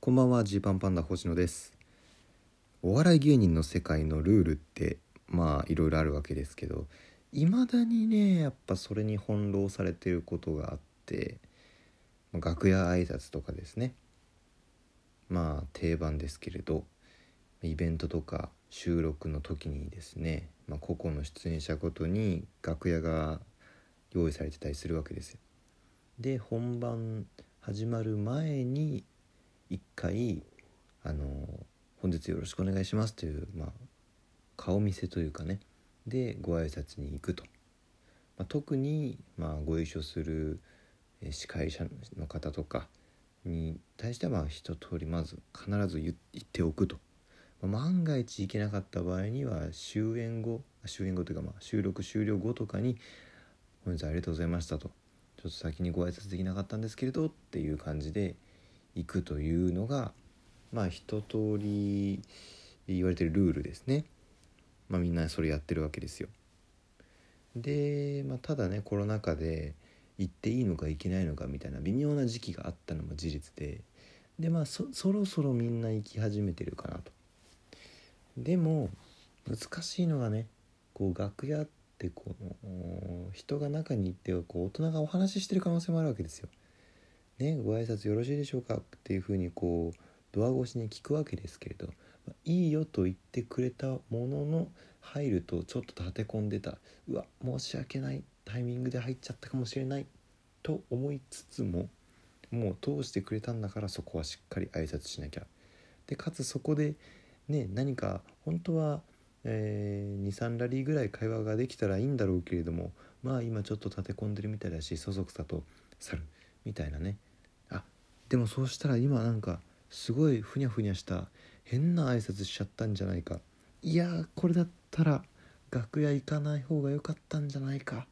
こんばんは、ジーパンパンダ星野です。お笑い芸人の世界のルールっていろいろあるわけですけど、いまだにねやっぱそれに翻弄されていることがあって、楽屋挨拶とかですね。定番ですけれど、イベントとか収録の時にですね、個々の出演者ごとに楽屋が用意されてたりするわけですよ。で、本番始まる前に一回本日よろしくお願いしますという、顔見せというかねでご挨拶に行くと、特にご一緒する司会者の方とかに対しては一通りまず必ず言っておくと、万が一行けなかった場合には終演後というか収録終了後とかに本日ありがとうございましたと、ちょっと先にご挨拶できなかったんですけれどっていう感じで行くというのが一通り言われてるルールですね。みんなそれやってるわけですよ。で、ただねコロナ禍で行っていいのか行けないのかみたいな微妙な時期があったのも事実で、そろそろみんな行き始めてるかなと。でも難しいのがね、楽屋って人が中にいて大人がお話ししてる可能性もあるわけですよ。ね、ご挨拶よろしいでしょうかっていうふうにドア越しに聞くわけですけれど、いいよと言ってくれたものの入るとちょっと立て込んでた、申し訳ないタイミングで入っちゃったかもしれないと思いつつも、もう通してくれたんだからそこはしっかり挨拶しなきゃ。でかつそこでね、何か本当は、2,3 ラリーぐらい会話ができたらいいんだろうけれども、今ちょっと立て込んでるみたいだしそそくさと去るみたいなね。でもそうしたら今すごいふにゃふにゃした変な挨拶しちゃったんじゃないか、これだったら楽屋行かない方が良かったんじゃないか、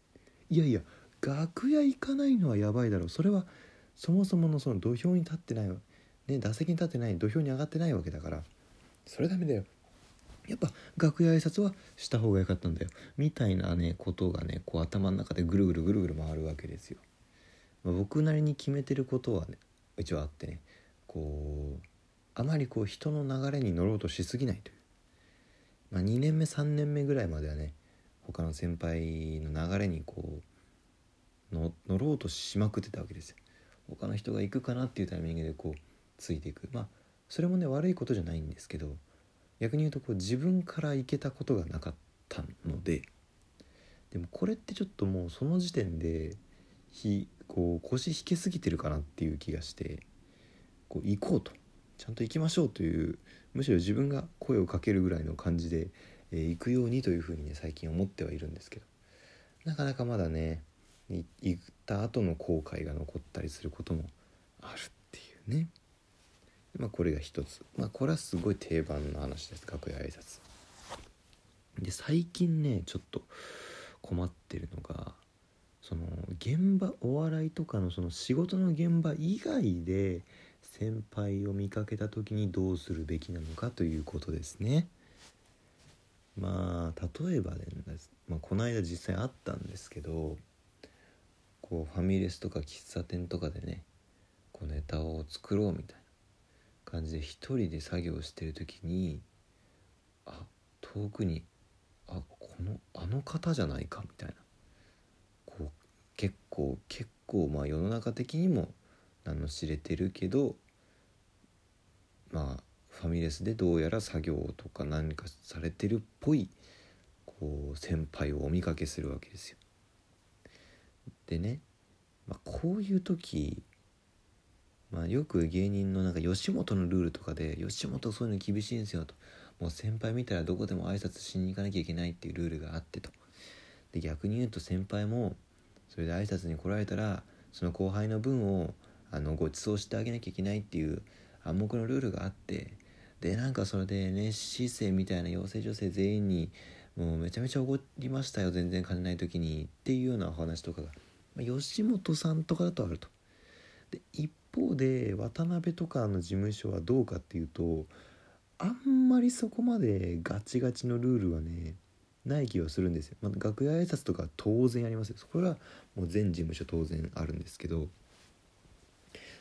楽屋行かないのはやばいだろう。それはそもそものその土俵に立ってない、打席に立ってない、土俵に上がってないわけだから、それダメだよ。やっぱ楽屋挨拶はした方が良かったんだよみたいなねことがね頭の中でぐるぐる回るわけですよ。僕なりに決めてることはね一応あってね、あまり人の流れに乗ろうとしすぎないという、2年目3年目ぐらいまではね他の先輩の流れに乗ろうとしまくってたわけですよ。他の人が行くかなっていうタイミングでついていく。それもね悪いことじゃないんですけど、逆に言うと自分から行けたことがなかったので、でもこれってちょっともうその時点で腰引けすぎてるかなっていう気がして、行こうと、ちゃんと行きましょうという、むしろ自分が声をかけるぐらいの感じで、行くようにというふうにね最近思ってはいるんですけど、なかなかまだね行った後の後悔が残ったりすることもあるっていうね。これが一つ、これはすごい定番の話です。楽屋挨拶で最近ねちょっと困ってるのが、そのお笑いとかのその仕事の現場以外で先輩を見かけた時にどうするべきなのかということですね。例えばね、この間実際あったんですけど、ファミレスとか喫茶店とかでねネタを作ろうみたいな感じで一人で作業してる時に、遠くにあの方じゃないかみたいな、結構世の中的にも名の知れてるけど、ファミレスでどうやら作業とか何かされてるっぽい先輩をお見かけするわけですよ。でね、こういう時、よく芸人の吉本のルールとかで、吉本そういうの厳しいんですよと、もう先輩見たらどこでも挨拶しに行かなきゃいけないっていうルールがあってと。で逆に言うと先輩もそれで挨拶に来られたらその後輩の分をご馳走してあげなきゃいけないっていう暗黙のルールがあって、でそれでね市政みたいな養成女性全員にもうめちゃめちゃ怒りましたよ、全然金ない時にっていうようなお話とかが、吉本さんとかだとあると。で一方で渡辺とかの事務所はどうかっていうと、あんまりそこまでガチガチのルールはねない気はするんですよ。楽屋挨拶とか当然ありますよ。これはもう全事務所当然あるんですけど、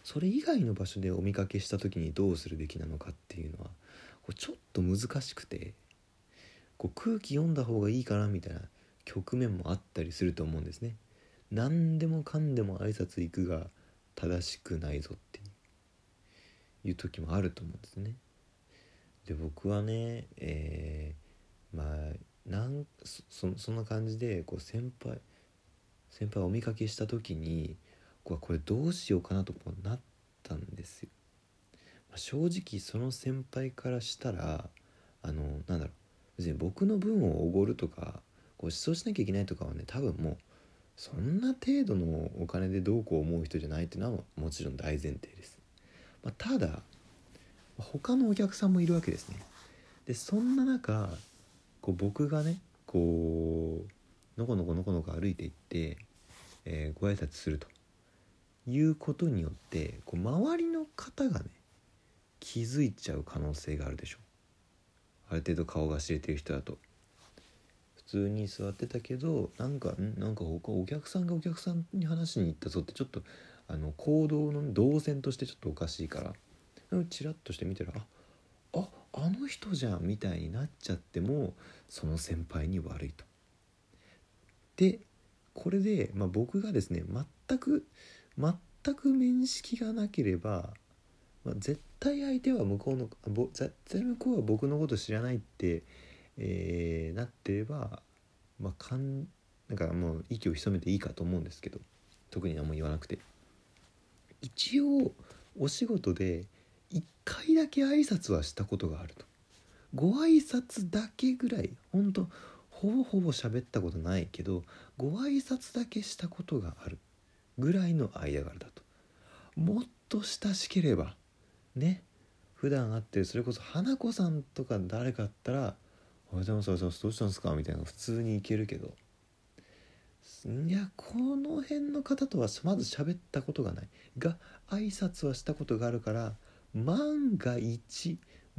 それ以外の場所でお見かけした時にどうするべきなのかっていうのはこうちょっと難しくて、こう空気読んだ方がいいかなみたいな局面もあったりすると思うんですね。何でもかんでも挨拶行くが正しくないぞっていう時もあると思うんですね。で僕はね、まあそんな感じでこう先輩をお見かけした時にこれどうしようかなとなったんですよ。正直その先輩からしたらなんだろう、別に僕の分をおごるとかご馳走しなきゃいけないとかはね、多分もうそんな程度のお金でどうこう思う人じゃないっていうのはもちろん大前提です。ただ他のお客さんもいるわけですね。でそんな中僕がねのこのこのこのこ歩いていって、ご挨拶するということによって周りの方がね気づいちゃう可能性があるでしょう。ある程度顔が知れてる人だと。普通に座ってたけどなんか他お客さんがお客さんに話しに行ったぞってちょっと行動の動線としてちょっとおかしいからチラッとして見たらあの人じゃんみたいになっちゃってもその先輩に悪いと。でこれで、僕がですね全く面識がなければ、絶対相手は絶対向こうは僕のこと知らないって、なってればなんかもう息を潜めていいかと思うんですけど、特に何も言わなくて、一応お仕事で1回だけ挨拶はしたことがあると。ご挨拶だけぐらい、ほぼ喋ったことないけどご挨拶だけしたことがあるぐらいの間柄だと。もっと親しければね、普段会ってるそれこそ花子さんとか誰かだったらおはようございます、どうしたんですかみたいな普通にいけるけど、いやこの辺の方とはまず喋ったことがないが挨拶はしたことがあるから、万が一、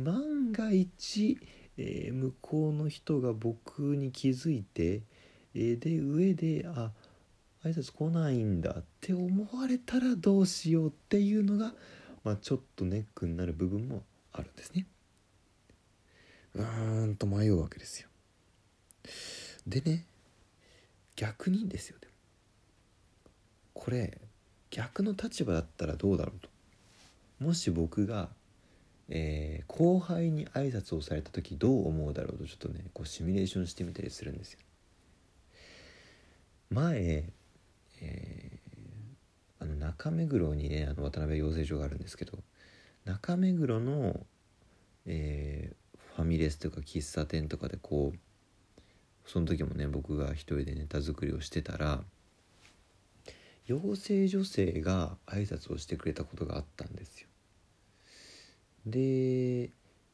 向こうの人が僕に気づいて、で上で挨拶来ないんだって思われたらどうしようっていうのが、ちょっとネックになる部分もあるんですね。迷うわけですよ。でね、逆にですよ。でもこれ逆の立場だったらどうだろうと。もし僕が、後輩に挨拶をされた時どう思うだろうとちょっとねシミュレーションしてみたりするんですよ。前、中目黒にね渡辺養成所があるんですけど、中目黒の、ファミレスとか喫茶店とかでその時もね僕が一人でネタ作りをしてたら養成女性が挨拶をしてくれたことがあったんですよ。で、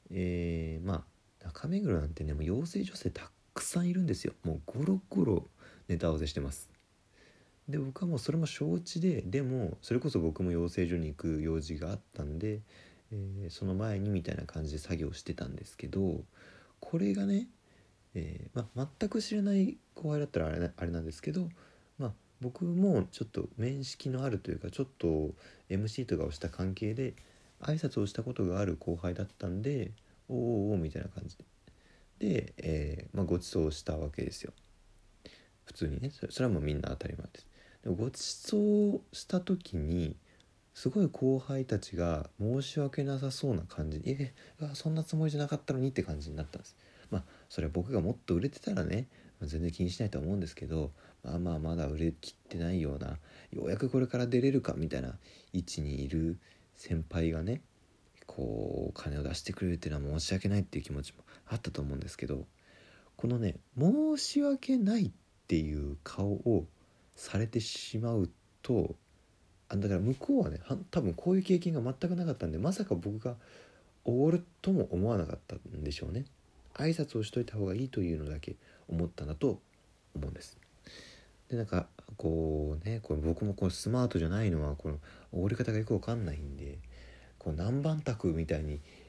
中目黒なんてねもう養成女性たくさんいるんですよ。もうゴロゴロネタ合わせしてます。で僕はもうそれも承知でもそれこそ僕も養成所に行く用事があったんで、その前にみたいな感じで作業してたんですけど、これがね、全く知らない後輩だったらあれなんですけど、僕もちょっと面識のあるというかちょっと MC とかをした関係で挨拶をしたことがある後輩だったんでおみたいな感じでご馳走したわけですよ。普通にねそれはもうみんな当たり前です。でもご馳走した時にすごい後輩たちが申し訳なさそうな感じでそんなつもりじゃなかったのにって感じになったんです。それは僕がもっと売れてたらね全然気にしないと思うんですけど、まだ売れきってないような、ようやくこれから出れるかみたいな位置にいる先輩がね金を出してくれるっていうのは申し訳ないっていう気持ちもあったと思うんですけど、このね申し訳ないっていう顔をされてしまうとだから向こうはね多分こういう経験が全くなかったんでまさか僕がおごるとも思わなかったんでしょうね。挨拶をしといた方がいいというのだけ思ったんだと思うんです。でこれ僕もスマートじゃないのはおごり方がよくわかんないんで南蛮卓みたいに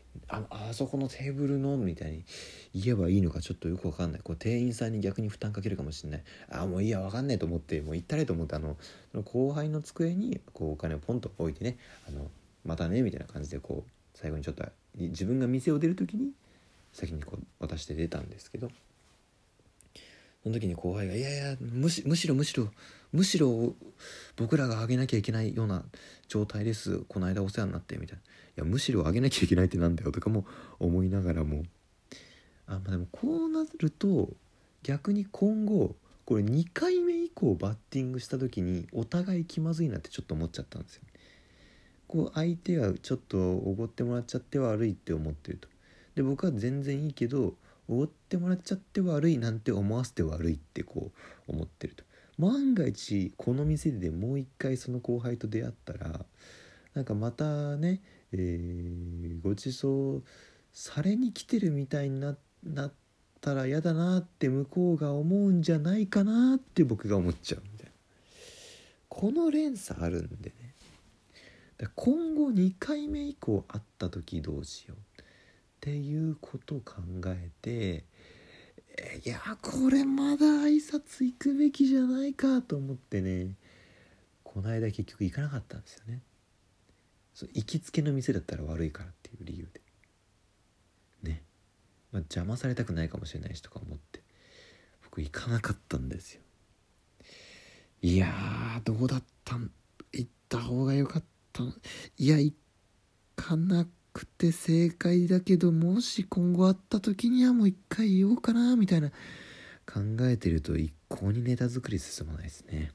あそこのテーブルのみたいに言えばいいのかちょっとよく分かんない。こう店員さんに逆に負担かけるかもしれない。もういいや分かんないと思ってもう行ったれと思って、その後輩の机にこうお金をポンと置いてね、またねみたいな感じでこう最後にちょっと自分が店を出る時に先にこう渡して出たんですけど、その時に後輩がいやいやむしろ僕らがあげなきゃいけないような状態です、この間お世話になってみたいな。いやむしろあげなきゃいけないってなんだよとかも思いながらも、でもこうなると逆に今後これ2回目以降バッティングした時にお互い気まずいなってちょっと思っちゃったんですよ。こう相手がちょっとおごってもらっちゃって悪いって思ってると。で僕は全然いいけどおごってもらっちゃって悪いなんて思わせて悪いってこう思ってると。万が一この店でもう一回その後輩と出会ったらなんかまたね、ご馳走されに来てるみたいになったら嫌だなって向こうが思うんじゃないかなって僕が思っちゃうみたいな、この連鎖あるんでね。今後2回目以降会った時どうしようっていうことを考えて、いやこれまだ挨拶行くべきじゃないかと思ってね、この間結局行かなかったんですよね。行きつけの店だったら悪いからっていう理由でね、邪魔されたくないかもしれないしとか思って僕行かなかったんですよ。いやどうだったん、行った方がよかった。いや行かなくて正解だけど、もし今後会った時にはもう一回言おうかなみたいな考えてると一向にネタ作り進まないですね。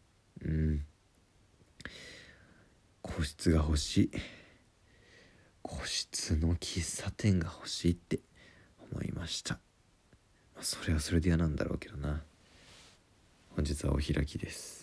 個室が欲しい、個室の喫茶店が欲しいって思いました。それはそれで嫌なんだろうけどな。本日はお開きです。